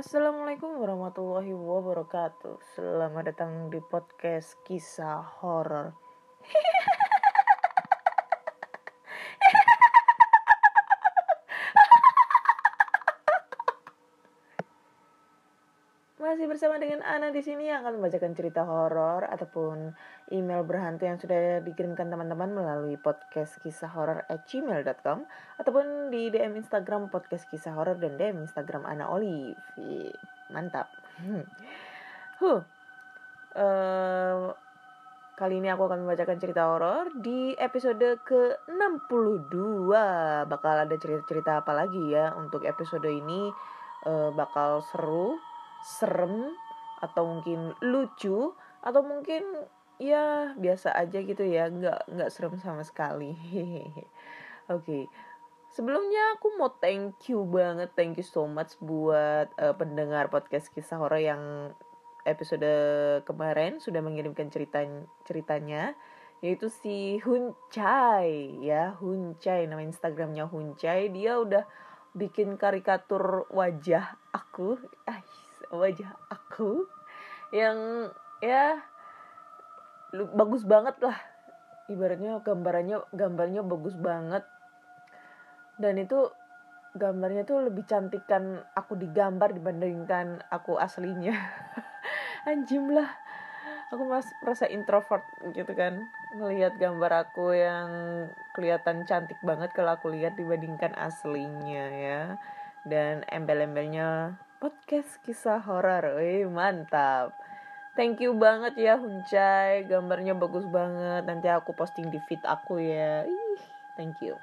Assalamualaikum warahmatullahi wabarakatuh. Selamat datang di podcast kisah horor. Masih bersama dengan Ana di sini yang akan membacakan cerita horor ataupun email berhantu yang sudah dikirimkan teman-teman melalui podcast kisah horor@gmail.com ataupun di DM Instagram podcast kisah horor dan DM Instagram Ana Olive. Mantap. Kali ini aku akan membacakan cerita horor di episode ke-62. Bakal ada cerita-cerita apa lagi ya untuk episode ini? Bakal seru, serem, atau mungkin lucu, atau mungkin ya biasa aja gitu ya, nggak serem sama sekali. Oke. Sebelumnya aku mau thank you so much buat pendengar podcast kisah horor yang episode kemarin sudah mengirimkan ceritanya, yaitu si Huncai ya, Huncai, nama Instagramnya Huncai. Dia udah bikin karikatur wajah aku yang ya bagus banget lah, ibaratnya gambarnya bagus banget, dan itu gambarnya tuh lebih cantikan aku digambar dibandingkan aku aslinya. Anjim lah, aku merasa introvert gitu kan, ngelihat gambar aku yang kelihatan cantik banget kalau aku lihat dibandingkan aslinya ya. Dan embel-embelnya podcast kisah horor, mantap. Thank you banget ya Huncai, gambarnya bagus banget. Nanti aku posting di feed aku ya. Thank you.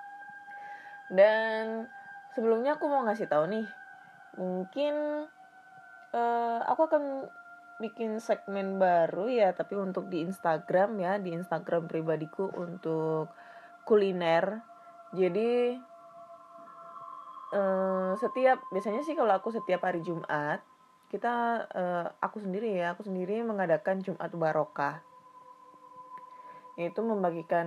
Dan sebelumnya aku mau ngasih tahu nih, mungkin aku akan bikin segmen baru ya, tapi untuk di Instagram ya, di Instagram pribadiku untuk kuliner. Jadi biasanya sih kalau aku setiap hari Jumat, aku sendiri mengadakan Jumat Barokah, yaitu membagikan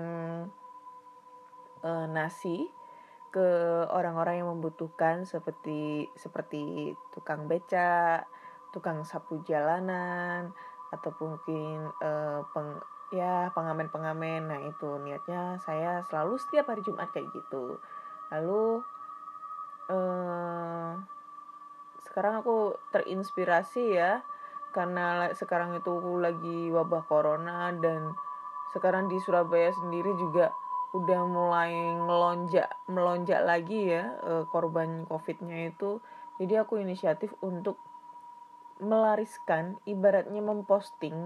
nasi ke orang-orang yang membutuhkan, seperti tukang beca, tukang sapu jalanan, ataupun mungkin pengamen-pengamen. Nah itu niatnya saya selalu setiap hari Jumat kayak gitu. Lalu sekarang aku terinspirasi ya, karena sekarang itu lagi wabah corona, dan sekarang di Surabaya sendiri juga udah mulai melonjak lagi ya korban COVID-nya itu. Jadi aku inisiatif untuk melariskan, ibaratnya memposting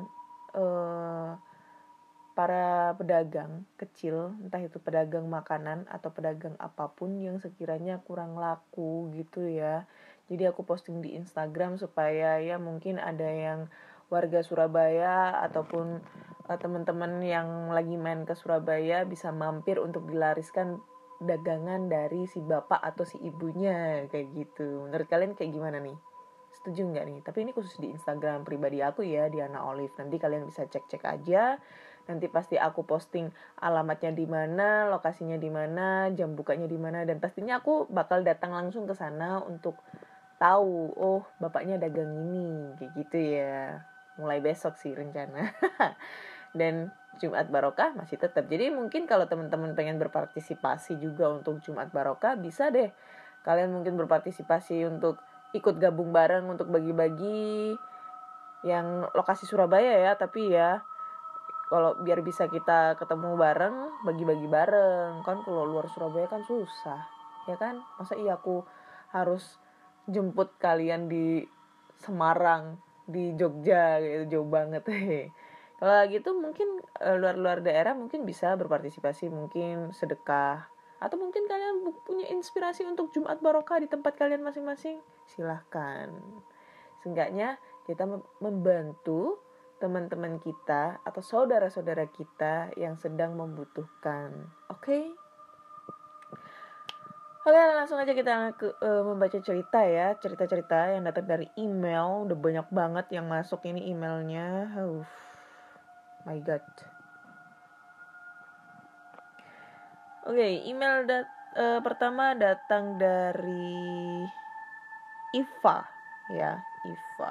para pedagang kecil, entah itu pedagang makanan atau pedagang apapun yang sekiranya kurang laku gitu ya. Jadi aku posting di Instagram supaya ya mungkin ada yang warga Surabaya ataupun teman-teman yang lagi main ke Surabaya bisa mampir untuk dilariskan dagangan dari si bapak atau si ibunya kayak gitu. Menurut kalian kayak gimana nih? Setuju nggak nih? Tapi ini khusus di Instagram pribadi aku ya, Diana Olive. Nanti kalian bisa cek-cek aja. Nanti pasti aku posting alamatnya di mana, lokasinya di mana, jam bukanya di mana, dan pastinya aku bakal datang langsung ke sana untuk tahu, oh bapaknya dagang ini, kayak gitu ya. Mulai besok sih rencana. Dan Jumat Barokah masih tetap. Jadi mungkin kalau teman-teman pengen berpartisipasi juga untuk Jumat Barokah, bisa deh kalian mungkin berpartisipasi untuk ikut gabung bareng untuk bagi-bagi yang lokasi Surabaya ya, tapi ya kalau biar bisa kita ketemu bareng, bagi-bagi bareng. Kan kalau luar Surabaya kan susah, ya kan? Masa iya aku harus jemput kalian di Semarang, di Jogja gitu, jauh banget. Kalau gitu mungkin luar-luar daerah mungkin bisa berpartisipasi, mungkin sedekah, atau mungkin kalian punya inspirasi untuk Jumat Barokah di tempat kalian masing-masing, silahkan. Seenggaknya kita membantu teman-teman kita atau saudara-saudara kita yang sedang membutuhkan. Oke, langsung aja kita membaca cerita ya. Cerita-cerita yang datang dari email. Udah banyak banget yang masuk ini emailnya. My God. Oke, email pertama datang dari Iva. ya, Iva.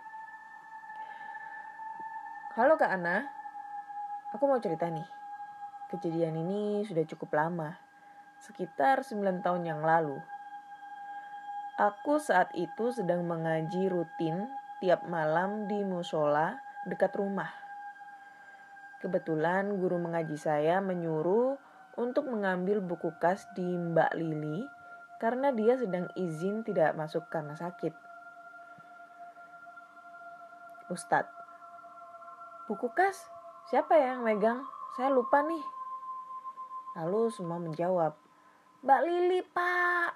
Halo Kak Ana, aku mau cerita nih. Kejadian ini sudah cukup lama, sekitar 9 tahun yang lalu. Aku saat itu sedang mengaji rutin tiap malam di musola dekat rumah. Kebetulan guru mengaji saya menyuruh untuk mengambil buku kas di Mbak Lili karena dia sedang izin tidak masuk karena sakit. Ustadz, buku kas? Siapa yang megang? Saya lupa nih. Lalu semua menjawab, Mbak Lili, Pak.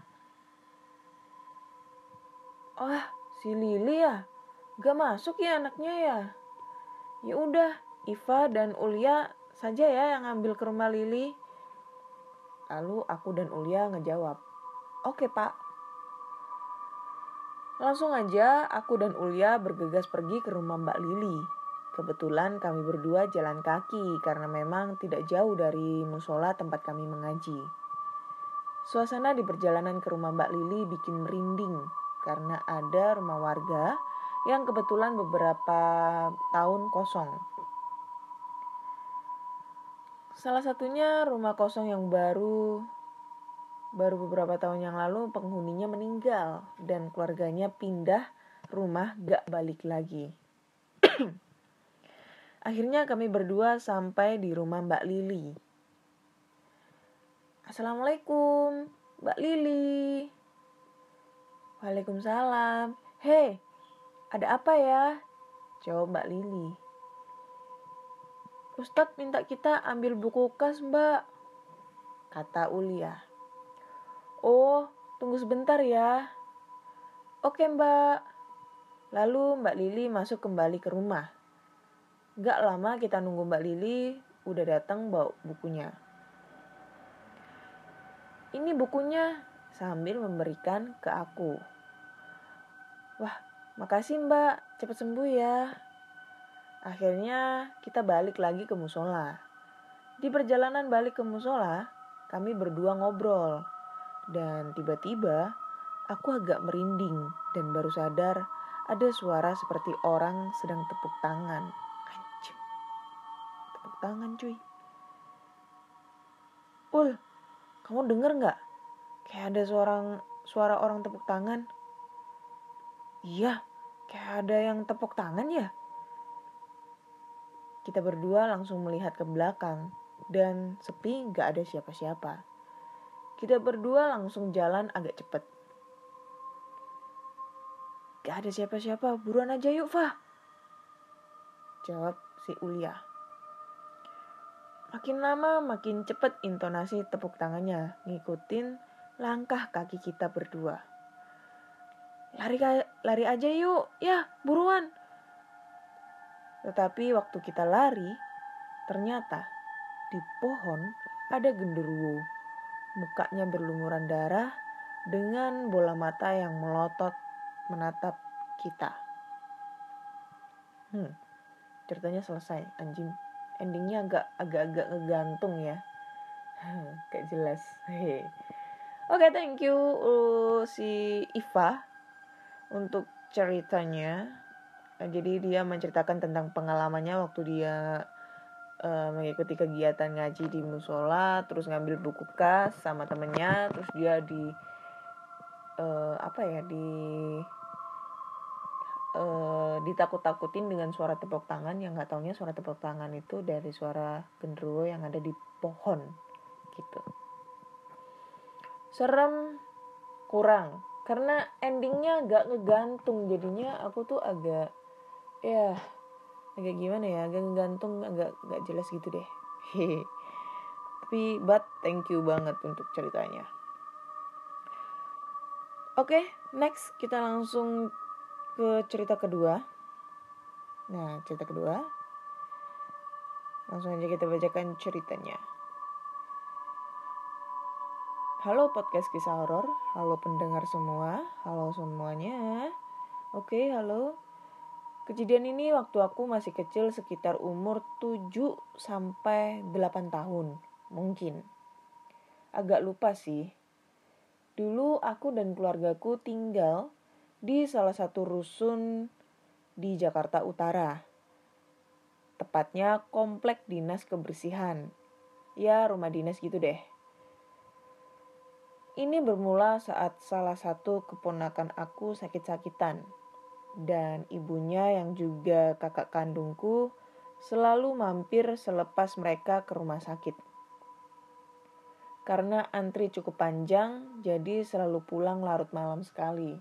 Oh, si Lili ya? Gak masuk ya anaknya ya? Ya udah, Iva dan Ulia saja ya yang ambil ke rumah Lili. Lalu aku dan Ulia ngejawab, oke Pak. Langsung aja aku dan Ulia bergegas pergi ke rumah Mbak Lili. Kebetulan kami berdua jalan kaki karena memang tidak jauh dari musola tempat kami mengaji. Suasana di perjalanan ke rumah Mbak Lili bikin merinding karena ada rumah warga yang kebetulan beberapa tahun kosong. Salah satunya rumah kosong yang baru beberapa tahun yang lalu penghuninya meninggal dan keluarganya pindah rumah gak balik lagi. Akhirnya kami berdua sampai di rumah Mbak Lili. Assalamualaikum, Mbak Lili. Waalaikumsalam. Hei, ada apa ya? Jawab Mbak Lili. Ustadz minta kita ambil buku kas, Mbak, kata Ulia. Oh, tunggu sebentar ya. Oke, Mbak. Lalu Mbak Lili masuk kembali ke rumah. Gak lama kita nunggu Mbak Lili udah datang bawa bukunya. Ini bukunya, sambil memberikan ke aku. Wah, makasih Mbak, cepat sembuh ya. Akhirnya kita balik lagi ke musola. Di perjalanan balik ke musola, kami berdua ngobrol. Dan tiba-tiba aku agak merinding dan baru sadar ada suara seperti orang sedang tepuk tangan. Anjir, tepuk tangan cuy. Kamu denger gak? Kayak ada suara orang tepuk tangan. Iya, kayak ada yang tepuk tangan ya. Kita berdua langsung melihat ke belakang dan sepi gak ada siapa-siapa. Kita berdua langsung jalan agak cepet. Gak ada siapa-siapa, buruan aja yuk Fah, jawab si Ulia. Makin lama makin cepet intonasi tepuk tangannya ngikutin langkah kaki kita berdua. Lari aja yuk, ya buruan. Tetapi waktu kita lari, ternyata di pohon ada genderuwo. Mukanya berlumuran darah dengan bola mata yang melotot menatap kita. Ceritanya selesai, anjing. Endingnya agak ngegantung ya. Gak jelas. Oke, thank you si Iva untuk ceritanya. Jadi dia menceritakan tentang pengalamannya waktu dia mengikuti kegiatan ngaji di musola, terus ngambil buku kas sama temennya, terus dia ditakut-takutin dengan suara tepuk tangan yang nggak taunya suara tepuk tangan itu dari suara genderuwo yang ada di pohon gitu. Serem kurang karena endingnya gak ngegantung, jadinya aku tuh agak gimana ya, agak ngegantung, agak gak jelas gitu deh. Tapi thank you banget untuk ceritanya. Oke, next kita langsung ke cerita kedua. Nah, cerita kedua, langsung aja kita bacakan ceritanya. Halo podcast kisah horor, halo pendengar semua, halo semuanya. Oke, halo. Kejadian ini waktu aku masih kecil sekitar umur 7-8 tahun, mungkin. Agak lupa sih. Dulu aku dan keluargaku tinggal di salah satu rusun di Jakarta Utara. Tepatnya komplek dinas kebersihan. Ya, rumah dinas gitu deh. Ini bermula saat salah satu keponakan aku sakit-sakitan. Dan ibunya yang juga kakak kandungku selalu mampir selepas mereka ke rumah sakit. Karena antri cukup panjang, jadi selalu pulang larut malam sekali.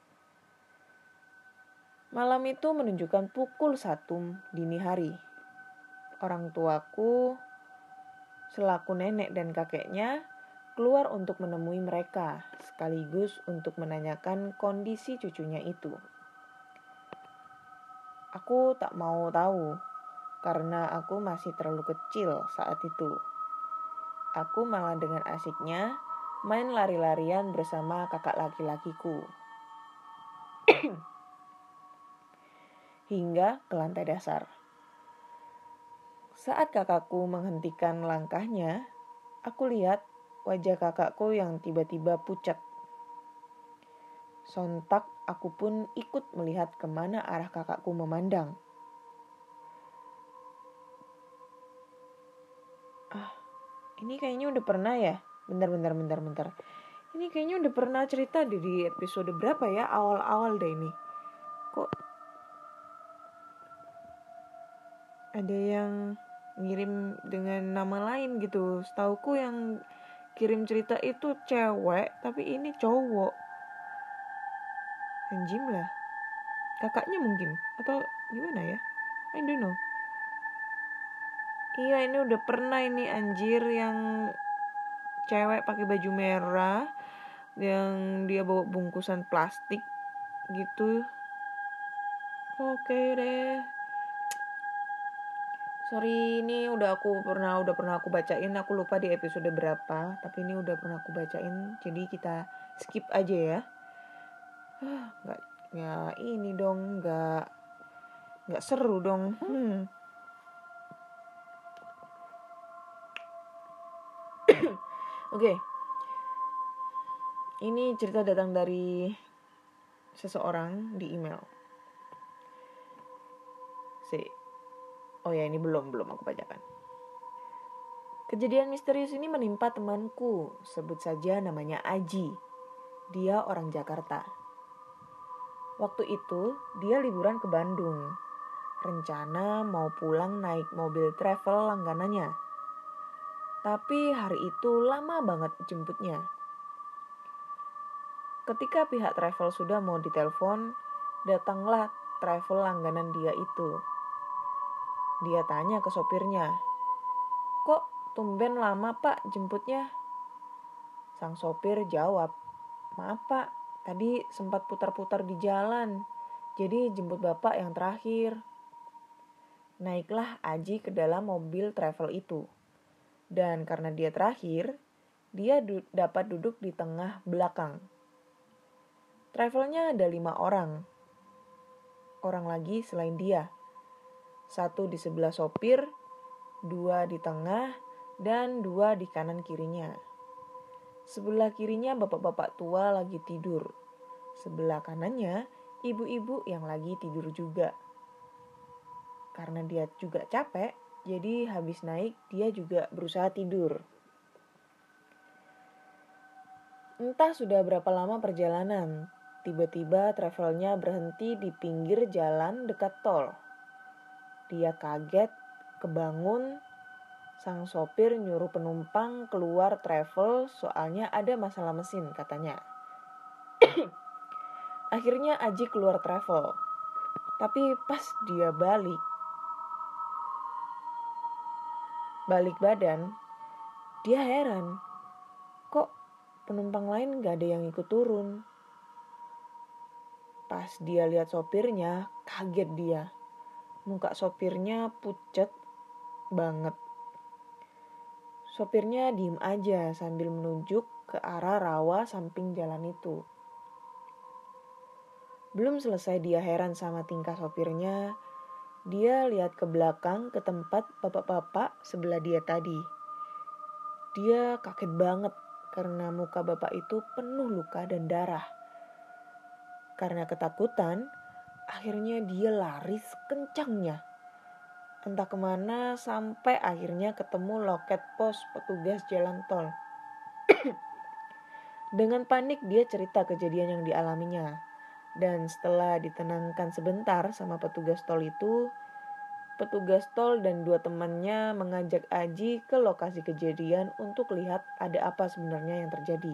Malam itu menunjukkan pukul 1 dini hari. Orang tuaku, selaku nenek dan kakeknya, keluar untuk menemui mereka, sekaligus untuk menanyakan kondisi cucunya itu. Aku tak mau tahu, karena aku masih terlalu kecil saat itu. Aku malah dengan asiknya main lari-larian bersama kakak laki-lakiku. Hingga ke lantai dasar. Saat kakakku menghentikan langkahnya, aku lihat wajah kakakku yang tiba-tiba pucat. Sontak aku pun ikut melihat kemana arah kakakku memandang. Ini kayaknya udah pernah ya? Bentar. Ini kayaknya udah pernah cerita di episode berapa ya? Awal-awal deh ini. Kok ada yang ngirim dengan nama lain gitu. Setauku yang kirim cerita itu cewek, tapi ini cowok. Anjim lah. Kakaknya mungkin. Atau gimana ya? I don't know. Iya, ini udah pernah ini anjir yang cewek pakai baju merah, yang dia bawa bungkusan plastik gitu. Oke deh. Sorry, ini udah pernah aku bacain. Aku lupa di episode berapa, tapi ini udah pernah aku bacain. Jadi kita skip aja ya. Nggak, ya ini dong, nggak seru dong. Oke. Ini cerita datang dari seseorang di email. Oh ya, ini belum aku bacakan. Kejadian misterius ini menimpa temanku, sebut saja namanya Aji. Dia orang Jakarta. Waktu itu, dia liburan ke Bandung. Rencana mau pulang naik mobil travel langganannya. Tapi hari itu lama banget jemputnya. Ketika pihak travel sudah mau ditelepon, datanglah travel langganan dia itu. Dia tanya ke sopirnya, "Kok tumben lama pak jemputnya?" Sang sopir jawab, "Maaf pak, tadi sempat putar-putar di jalan, jadi jemput bapak yang terakhir." Naiklah Aji ke dalam mobil travel itu. Dan karena dia terakhir, dia dapat duduk di tengah belakang. Travelnya ada 5 orang. Orang lagi selain dia. 1 di sebelah sopir, 2 di tengah, dan 2 di kanan kirinya. Sebelah kirinya bapak-bapak tua lagi tidur. Sebelah kanannya ibu-ibu yang lagi tidur juga. Karena dia juga capek, jadi habis naik dia juga berusaha tidur. Entah sudah berapa lama perjalanan, tiba-tiba travelnya berhenti di pinggir jalan dekat tol. Dia kaget, kebangun. Sang sopir nyuruh penumpang keluar travel soalnya ada masalah mesin katanya. Akhirnya Aji keluar travel. Tapi pas dia balik badan, dia heran. Kok penumpang lain gak ada yang ikut turun? Pas dia lihat sopirnya, kaget dia. Muka sopirnya pucet banget. Sopirnya diem aja sambil menunjuk ke arah rawa samping jalan itu. Belum selesai dia heran sama tingkah sopirnya, dia lihat ke belakang ke tempat bapak-bapak sebelah dia tadi. Dia kaget banget karena muka bapak itu penuh luka dan darah. Karena ketakutan, akhirnya dia lari sekencangnya. Entah kemana sampai akhirnya ketemu loket pos petugas jalan tol. Dengan panik dia cerita kejadian yang dialaminya. Dan setelah ditenangkan sebentar sama petugas tol itu, petugas tol dan 2 temannya mengajak Aji ke lokasi kejadian untuk lihat ada apa sebenarnya yang terjadi.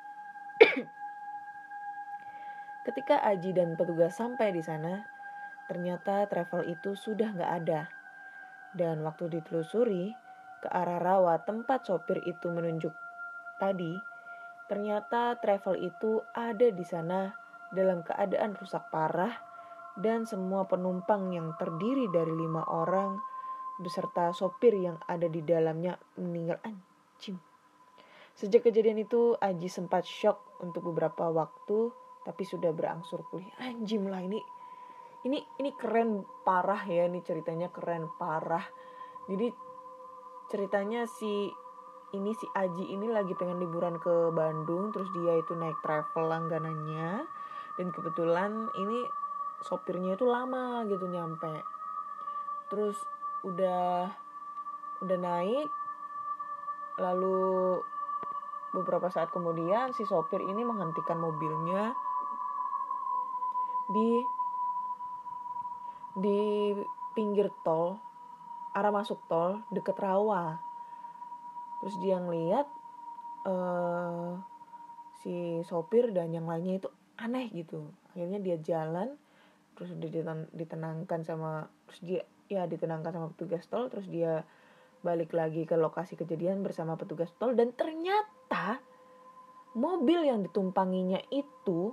Ketika Aji dan petugas sampai di sana, ternyata travel itu sudah gak ada. Dan waktu ditelusuri ke arah rawa tempat sopir itu menunjuk tadi, ternyata travel itu ada di sana dalam keadaan rusak parah dan semua penumpang yang terdiri dari 5 orang beserta sopir yang ada di dalamnya meninggal. Anjing. Sejak kejadian itu Aji sempat shock untuk beberapa waktu, tapi sudah berangsur pulih. Anjing lah ini keren parah ya, ini ceritanya keren parah. Jadi ceritanya si Aji ini lagi pengen liburan ke Bandung, terus dia itu naik travel langganannya, dan kebetulan ini sopirnya itu lama gitu nyampe. Terus udah naik, lalu beberapa saat kemudian si sopir ini menghentikan mobilnya di pinggir tol, arah masuk tol deket rawa. Terus dia ngeliat si sopir dan yang lainnya itu aneh gitu. Akhirnya dia jalan, terus ditenangkan sama petugas tol, terus dia balik lagi ke lokasi kejadian bersama petugas tol, dan ternyata mobil yang ditumpanginya itu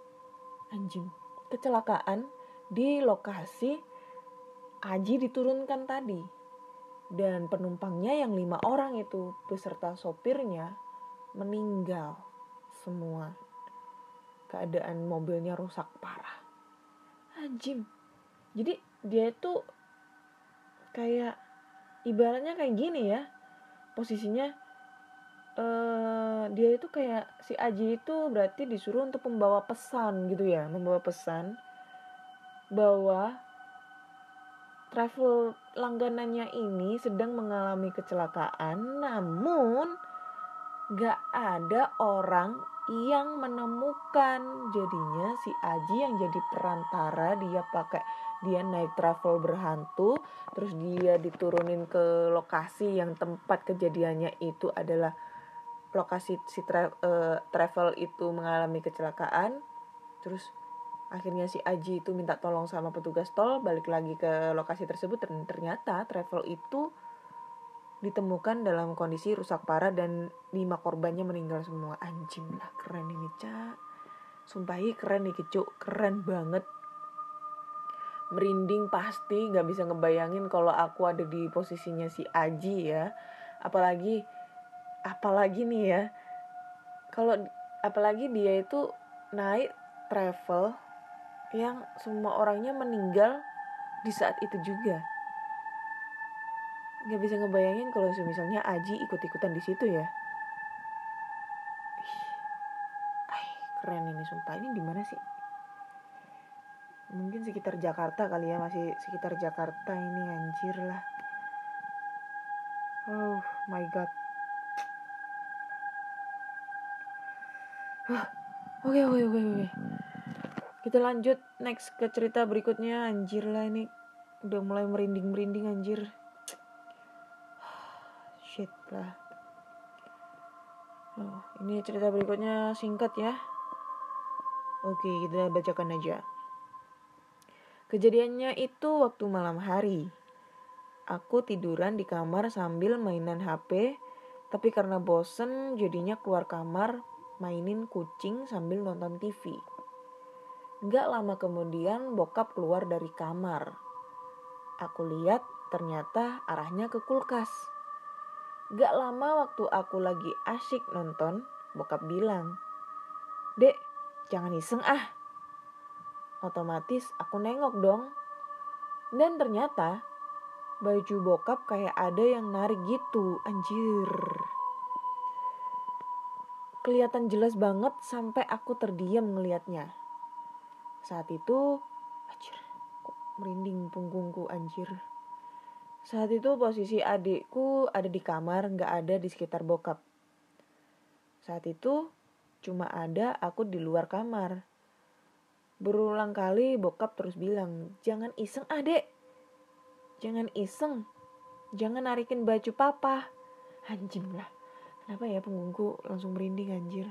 kecelakaan di lokasi Aji diturunkan tadi. Dan penumpangnya yang 5 orang itu beserta sopirnya meninggal semua. Keadaan mobilnya rusak parah. Anjing. Jadi dia itu kayak ibaratnya kayak gini ya. Posisinya dia itu kayak si Aji itu berarti disuruh untuk membawa pesan gitu ya. Membawa pesan bahwa travel langganannya ini sedang mengalami kecelakaan, namun gak ada orang yang menemukan. Jadinya si Aji yang jadi perantara, dia naik travel berhantu, terus dia diturunin ke lokasi yang tempat kejadiannya itu adalah lokasi si travel itu mengalami kecelakaan. Terus akhirnya si Aji itu minta tolong sama petugas tol, balik lagi ke lokasi tersebut, dan ternyata travel itu ditemukan dalam kondisi rusak parah dan 5 korbannya meninggal semua. Anjing lah, keren ini Cak. Sumpah keren nih Cuk, keren banget. Merinding pasti, gak bisa ngebayangin kalau aku ada di posisinya si Aji ya. Apalagi nih ya, apalagi dia itu naik travel yang semua orangnya meninggal di saat itu juga. Gak bisa ngebayangin kalau misalnya Aji ikut-ikutan di situ ya. Keren ini sumpah. Ini di mana sih? Mungkin sekitar Jakarta kali ya, masih sekitar Jakarta ini, anjir lah. Oh my god. Oke. Kita lanjut next ke cerita berikutnya. Anjir lah, ini udah mulai merinding anjir. Shit lah. Ini cerita berikutnya singkat ya. Oke, kita bacakan aja. Kejadiannya itu waktu malam hari. Aku tiduran di kamar sambil mainan HP, tapi karena bosen jadinya keluar kamar mainin kucing sambil nonton TV. Gak lama kemudian bokap keluar dari kamar. Aku lihat ternyata arahnya ke kulkas. Gak lama waktu aku lagi asyik nonton, bokap bilang, "Dek, jangan iseng ah." Otomatis aku nengok dong. Dan ternyata baju bokap kayak ada yang narik gitu, anjir. Kelihatan jelas banget sampai aku terdiam ngelihatnya. Saat itu, anjir, kok merinding punggungku anjir. Saat itu posisi adikku ada di kamar, gak ada di sekitar bokap. Saat itu cuma ada aku di luar kamar. Berulang kali bokap terus bilang, jangan iseng adek, jangan iseng, jangan narikin baju papa. Anjing lah, kenapa ya punggungku langsung merinding anjir.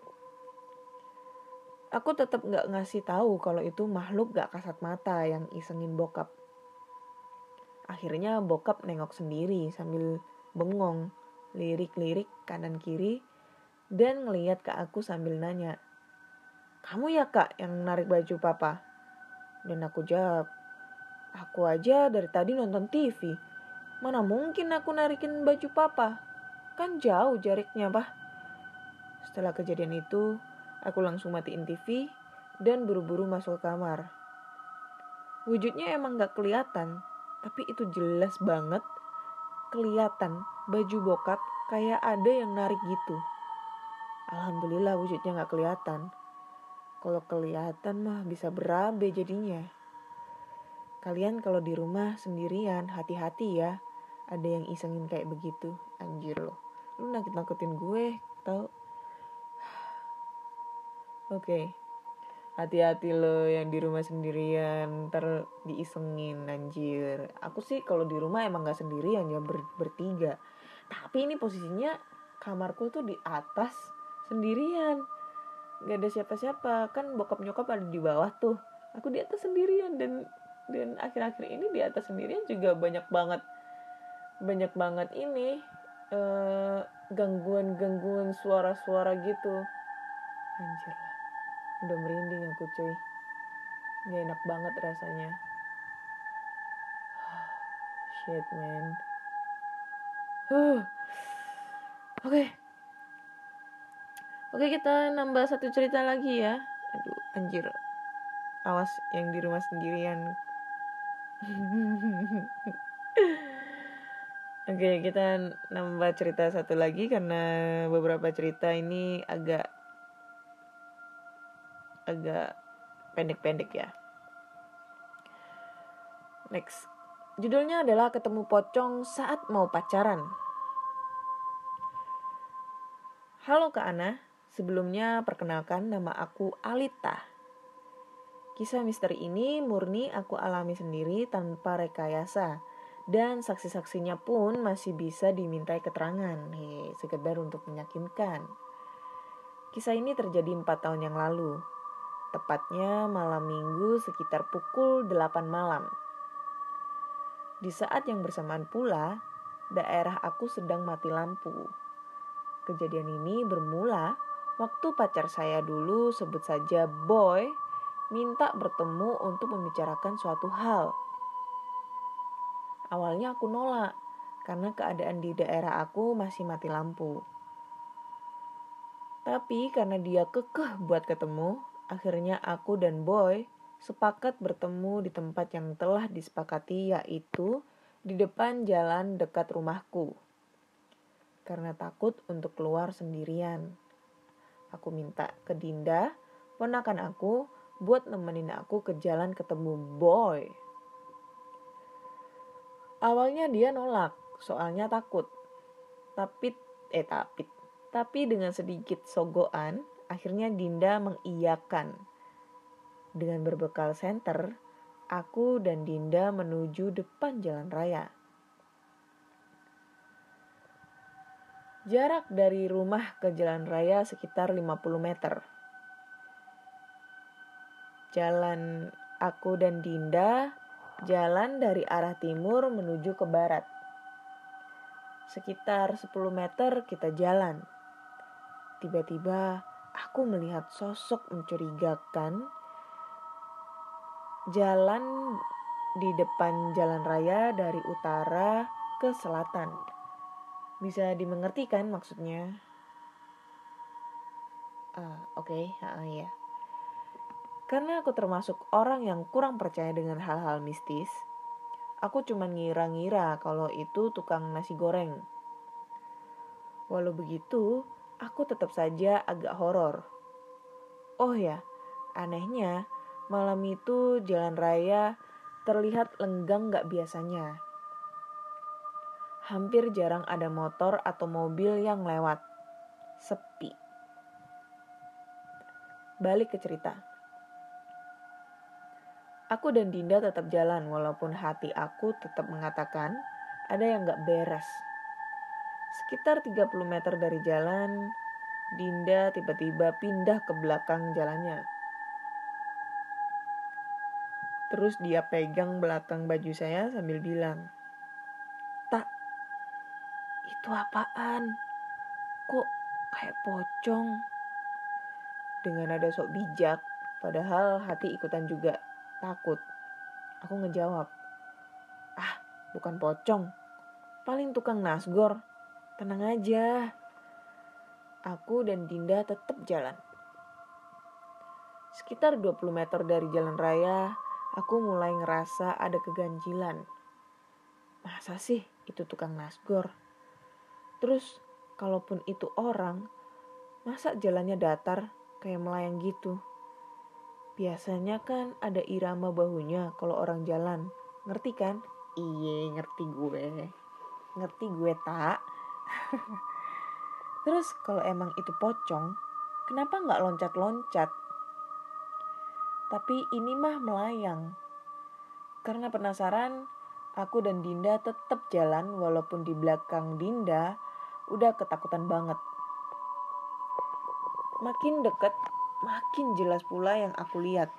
Aku tetap gak ngasih tahu kalau itu makhluk gak kasat mata yang isengin bokap. Akhirnya bokap nengok sendiri sambil bengong, lirik-lirik kanan kiri, dan ngeliat ke aku sambil nanya, kamu ya kak yang narik baju papa? Dan aku jawab, aku aja dari tadi nonton TV. Mana mungkin aku narikin baju papa? Kan jauh jaraknya, Pak. Setelah kejadian itu, aku langsung matiin TV dan buru-buru masuk ke kamar. Wujudnya emang gak kelihatan, tapi itu jelas banget kelihatan baju bokap kayak ada yang narik gitu. Alhamdulillah wujudnya gak kelihatan. Kalau kelihatan mah bisa berabe jadinya. Kalian kalau di rumah sendirian hati-hati ya. Ada yang isengin kayak begitu. Anjir loh. Lu nakut-nakutin gue tau. Oke. Hati-hati lo yang di rumah sendirian. Ntar diisengin anjir. Aku sih kalau di rumah emang gak sendirian ya, bertiga. Tapi ini posisinya kamarku tuh di atas sendirian. Gak ada siapa-siapa. Kan bokap nyokap ada di bawah tuh. Aku di atas sendirian. Dan akhir-akhir ini di atas sendirian juga banyak banget ini gangguan suara-suara gitu. Anjir lah, udah merinding aku cuy, gak enak banget rasanya. Shit man. Oke, kita nambah satu cerita lagi ya. Aduh anjir, awas yang di rumah sendirian. Oke, kita nambah cerita satu lagi karena beberapa cerita ini agak pendek-pendek ya. Next. Judulnya adalah ketemu pocong saat mau pacaran. Halo Kak Ana, sebelumnya perkenalkan nama aku Alita. Kisah misteri ini murni aku alami sendiri tanpa rekayasa. Dan saksi-saksinya pun masih bisa dimintai keterangan, sekedar untuk meyakinkan. Kisah ini terjadi 4 tahun yang lalu, tepatnya malam minggu sekitar pukul 8 malam. Di saat yang bersamaan pula, daerah aku sedang mati lampu. Kejadian ini bermula waktu pacar saya dulu, sebut saja Boy, minta bertemu untuk membicarakan suatu hal. Awalnya aku nolak, karena keadaan di daerah aku masih mati lampu. Tapi karena dia kekeh buat ketemu, akhirnya aku dan Boy sepakat bertemu di tempat yang telah disepakati, yaitu di depan jalan dekat rumahku. Karena takut untuk keluar sendirian, aku minta ke Dinda, ponakan aku, buat nemenin aku ke jalan ketemu Boy. Awalnya dia nolak, soalnya takut. Tapi dengan sedikit sogoan, akhirnya Dinda mengiyakan. Dengan berbekal senter, aku dan Dinda menuju depan jalan raya. Jarak dari rumah ke jalan raya sekitar 50 meter. Jalan aku dan Dinda jalan dari arah timur menuju ke barat. Sekitar 10 meter kita jalan. Tiba-tiba aku melihat sosok mencurigakan jalan di depan jalan raya dari utara ke selatan. Bisa dimengerti kan maksudnya? Oke. Ya. Karena aku termasuk orang yang kurang percaya dengan hal-hal mistis, aku cuma ngira-ngira kalau itu tukang nasi goreng. Walau begitu, aku tetap saja agak horor. Oh ya, anehnya Malam itu jalan raya terlihat lenggang gak biasanya. Hampir jarang ada motor atau mobil yang lewat. Sepi. Balik ke cerita. Aku dan Dinda tetap jalan walaupun hati aku tetap mengatakan ada yang gak beres. Sekitar 30 meter dari jalan, Dinda tiba-tiba pindah ke belakang jalannya. Terus dia pegang belakang baju saya sambil bilang, "Tak, itu apaan? Kok kayak pocong?" Dengan nada sok bijak, padahal hati ikutan juga takut. Aku ngejawab, "Ah, bukan pocong. Paling tukang nasgor. Tenang aja." Aku dan Dinda tetap jalan. Sekitar 20 meter dari jalan raya, aku mulai ngerasa ada keganjilan. Masa sih itu tukang nasgor? Terus, kalaupun itu orang, masa jalannya datar kayak melayang gitu? Biasanya kan ada irama bahunya kalau orang jalan. Ngerti kan? Iye, ngerti gue. Ngerti gue, tak? Terus kalau emang itu pocong, kenapa gak loncat-loncat? Tapi ini mah melayang. Karena penasaran, aku dan Dinda tetap jalan walaupun di belakang Dinda udah ketakutan banget. Makin deket, makin jelas pula yang aku lihat.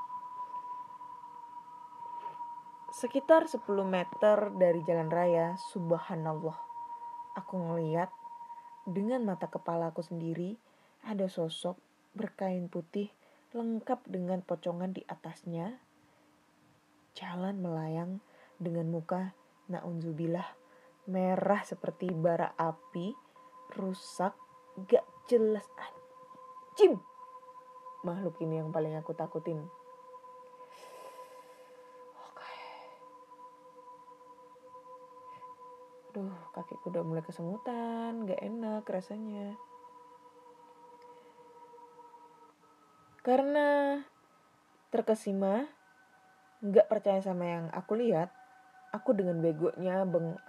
Sekitar 10 meter dari jalan raya, subhanallah, aku ngeliat dengan mata kepala aku sendiri ada sosok berkain putih lengkap dengan pocongan di atasnya, jalan melayang dengan muka naudzubillah merah seperti bara api, rusak, gak jelas. Anjim, makhluk ini yang paling aku takutin. Aduh, kakiku udah mulai kesemutan, gak enak rasanya. Karena terkesima, gak percaya sama yang aku lihat, aku dengan begonya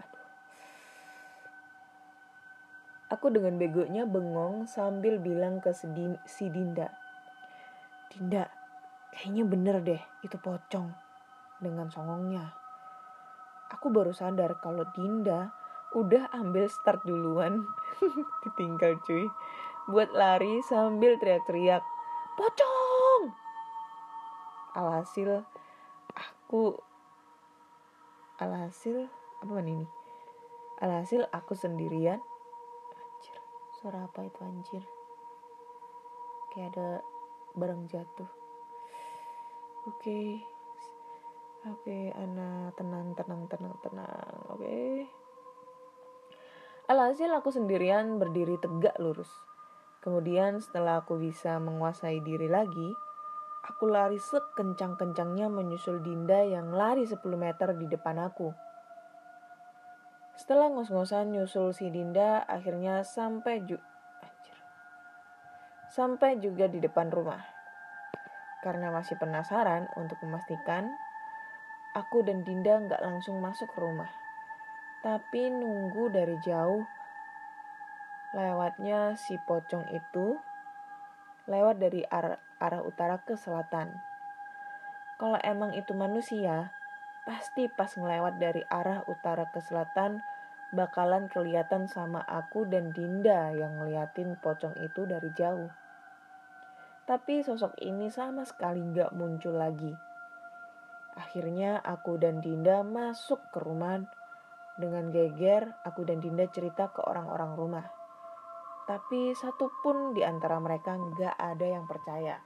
bengong sambil bilang ke si Dinda, "Dinda, kayaknya bener deh itu pocong," dengan songongnya. Aku baru sadar kalau Dinda udah ambil start duluan. Ditinggal cuy. Buat lari sambil teriak-teriak, "Pocong!" Alhasil aku sendirian. Anjir, suara apa itu anjir? Kayak ada barang jatuh. Oke, Ana, tenang. Oke. Alhasil aku sendirian berdiri tegak lurus. Kemudian setelah aku bisa menguasai diri lagi, aku lari sekencang-kencangnya menyusul Dinda yang lari 10 meter di depan aku. Setelah ngos-ngosan nyusul si Dinda, akhirnya sampai juga di depan rumah. Karena masih penasaran untuk memastikan, aku dan Dinda gak langsung masuk ke rumah, tapi nunggu dari jauh lewatnya si pocong itu lewat dari arah utara ke selatan. Kalau emang itu manusia, pasti pas ngelewat dari arah utara ke selatan bakalan kelihatan sama aku dan Dinda yang ngeliatin pocong itu dari jauh. Tapi sosok ini sama sekali gak muncul lagi. Akhirnya aku dan Dinda masuk ke rumah. Dengan geger, aku dan Dinda cerita ke orang-orang rumah. Tapi satu pun di antara mereka gak ada yang percaya.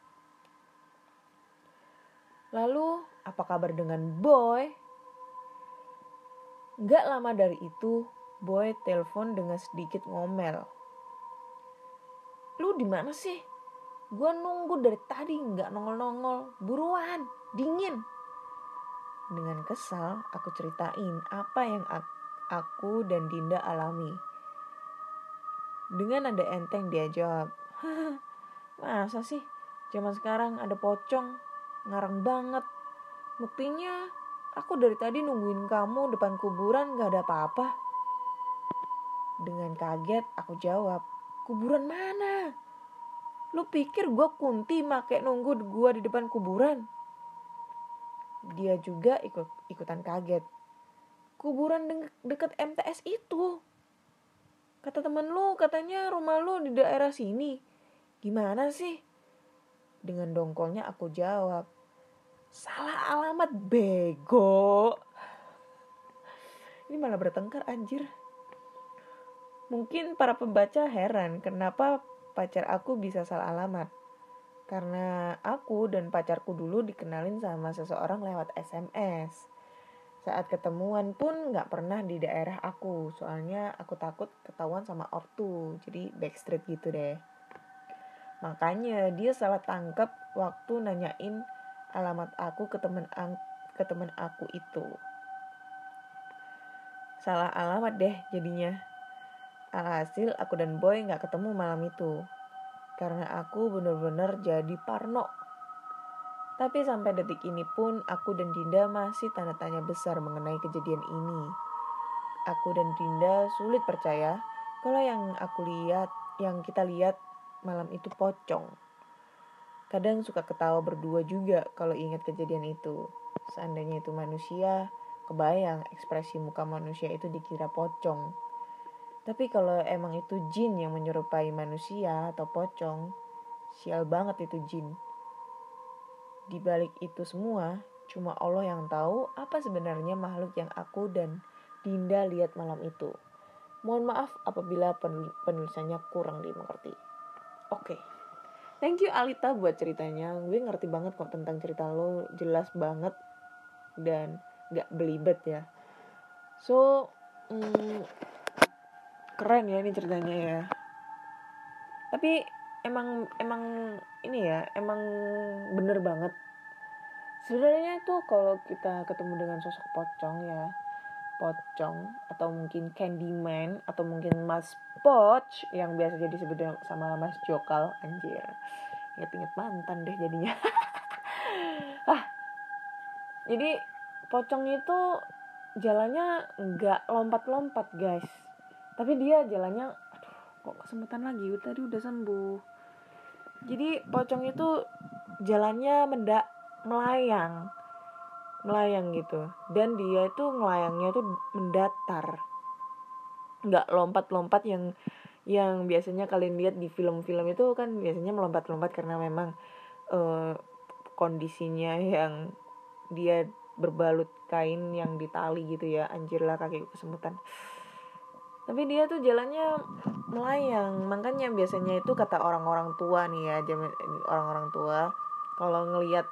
Lalu, apa kabar dengan Boy? Gak lama dari itu, Boy telepon dengan sedikit ngomel. "Lu di mana sih? Gua nunggu dari tadi gak nongol-nongol. Buruan, dingin." Dengan kesal, aku ceritain apa yang aku dan Dinda alami. Dengan nada enteng dia jawab, "Masa sih zaman sekarang ada pocong? Ngarang banget. Buktinya aku dari tadi nungguin kamu depan kuburan gak ada apa-apa. Dengan kaget aku jawab, kuburan mana? Lu pikir gue Kunti make nunggu gue di depan kuburan? Dia juga ikutan kaget. Kuburan deket MTS itu. Kata temen lu katanya rumah lu di daerah sini. Gimana sih? Dengan dongkolnya aku jawab, salah alamat bego. Ini malah bertengkar anjir. Mungkin para pembaca heran kenapa pacar aku bisa salah alamat. Karena aku dan pacarku dulu dikenalin sama seseorang lewat SMS. Saat ketemuan pun gak pernah di daerah aku. Soalnya aku takut ketahuan sama ortu. Jadi backstreet gitu deh. Makanya dia salah tangkap waktu nanyain alamat aku ke temen aku itu. Salah alamat deh jadinya. Alhasil aku dan Boy gak ketemu malam itu. Karena aku bener-bener jadi parno. Tapi sampai detik ini pun aku dan Dinda masih tanda tanya besar mengenai kejadian ini. Aku dan Dinda sulit percaya kalau yang kita lihat malam itu pocong. Kadang suka ketawa berdua juga kalau ingat kejadian itu. Seandainya itu manusia, kebayang ekspresi muka manusia itu dikira pocong. Tapi kalau emang itu jin yang menyerupai manusia atau pocong, sial banget itu jin. Di balik itu semua, cuma Allah yang tahu apa sebenarnya makhluk yang aku dan Dinda lihat malam itu. Mohon maaf apabila penulisannya kurang dimengerti. Oke. Thank you Alita buat ceritanya. Gue ngerti banget kok tentang cerita lo, jelas banget dan gak belibet ya. So, keren ya ini ceritanya ya. Tapi emang ini ya, emang bener banget. Sebenarnya itu kalau kita ketemu dengan sosok pocong atau mungkin Candyman atau mungkin Mas Poch yang biasa jadi disebut sama Mas Jokal, anjir. Ingat mantan deh jadinya. Jadi pocong itu jalannya nggak lompat-lompat guys, tapi dia jalannya, kok kesemutan lagi, tadi udah sembuh. Jadi pocong itu jalannya melayang gitu, dan dia itu melayangnya tuh mendatar, nggak lompat-lompat yang biasanya kalian lihat di film-film itu kan biasanya melompat-lompat karena memang kondisinya yang dia berbalut kain yang ditali gitu ya, anjir lah kakiku kesemutan. Tapi dia tuh jalannya melayang, makanya biasanya itu kata orang-orang tua nih ya, orang-orang tua kalau ngelihat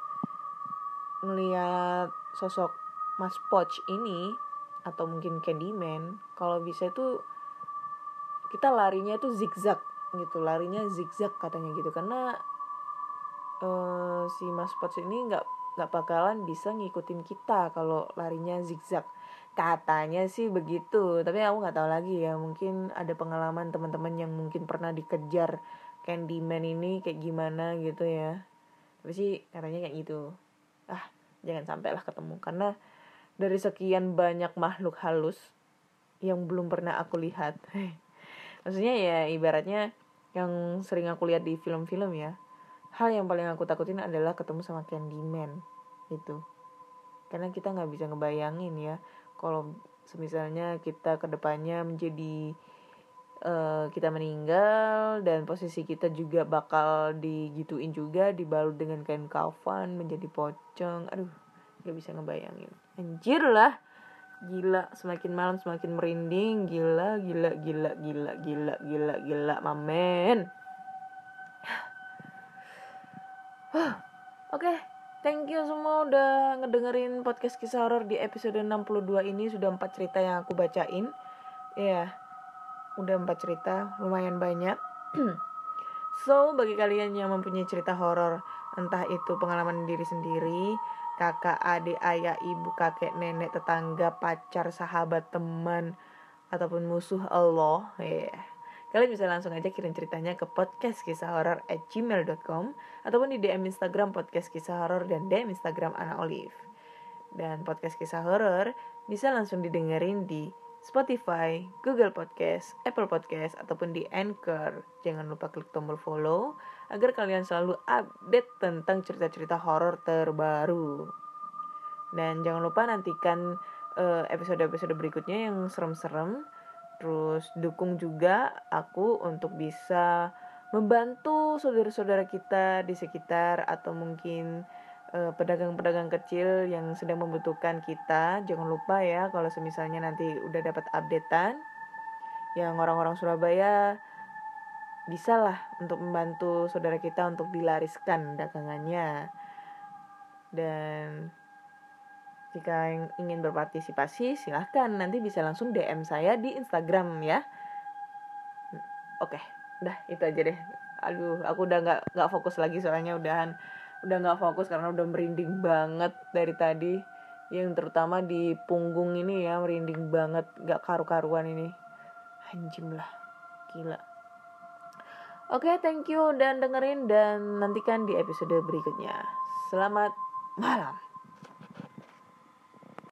sosok Mas Poch ini atau mungkin Candyman, kalau bisa itu kita larinya itu zigzag gitu, larinya zigzag katanya gitu, karena si Mas Poch ini nggak bakalan bisa ngikutin kita kalau larinya zigzag, katanya sih begitu. Tapi aku nggak tahu lagi ya, mungkin ada pengalaman teman-teman yang mungkin pernah dikejar Candyman ini kayak gimana gitu ya. Tapi sih katanya kayak gitu. Jangan sampailah ketemu, karena dari sekian banyak makhluk halus yang belum pernah aku lihat. Maksudnya ya ibaratnya yang sering aku lihat di film-film ya, hal yang paling aku takutin adalah ketemu sama Candyman gitu. Karena kita gak bisa ngebayangin ya, kalau misalnya kita kedepannya menjadi kita meninggal dan posisi kita juga bakal digituin juga, dibalut dengan kain kafan, menjadi pocong. Aduh, gak bisa ngebayangin. Anjir lah, gila, semakin malam semakin merinding. Gila mamen. Oke, thank you semua udah ngedengerin podcast kisah horor di episode 62 ini. Sudah 4 cerita yang aku bacain. Ya, udah 4 cerita, lumayan banyak. So, bagi kalian yang mempunyai cerita horor, entah itu pengalaman diri sendiri, kakak, adik, ayah, ibu, kakek, nenek, tetangga, pacar, sahabat, teman, ataupun musuh Allah, kalian bisa langsung aja kirim ceritanya ke podcastkisahhoror@gmail.com ataupun di DM Instagram podcast kisah horor dan DM Instagram Ana Olive. Dan podcast kisah horor bisa langsung didengerin di Spotify, Google Podcast, Apple Podcast, ataupun di Anchor. Jangan lupa klik tombol follow agar kalian selalu update tentang cerita-cerita horor terbaru. Dan jangan lupa nantikan episode-episode berikutnya yang serem-serem. Terus dukung juga aku untuk bisa membantu saudara-saudara kita di sekitar atau mungkin pedagang-pedagang kecil yang sedang membutuhkan kita. Jangan lupa ya kalau semisalnya nanti udah dapat updatean yang orang-orang Surabaya, bisalah untuk membantu saudara kita untuk dilariskan dagangannya. Dan jika ingin berpartisipasi silahkan, nanti bisa langsung DM saya di Instagram ya. Oke, udah itu aja deh. Aduh, aku udah nggak fokus lagi soalnya udah nggak fokus karena udah merinding banget dari tadi. Yang terutama di punggung ini ya, merinding banget, nggak karu-karuan ini. Anjim lah, gila. Oke, thank you dan dengerin dan nantikan di episode berikutnya. Selamat malam.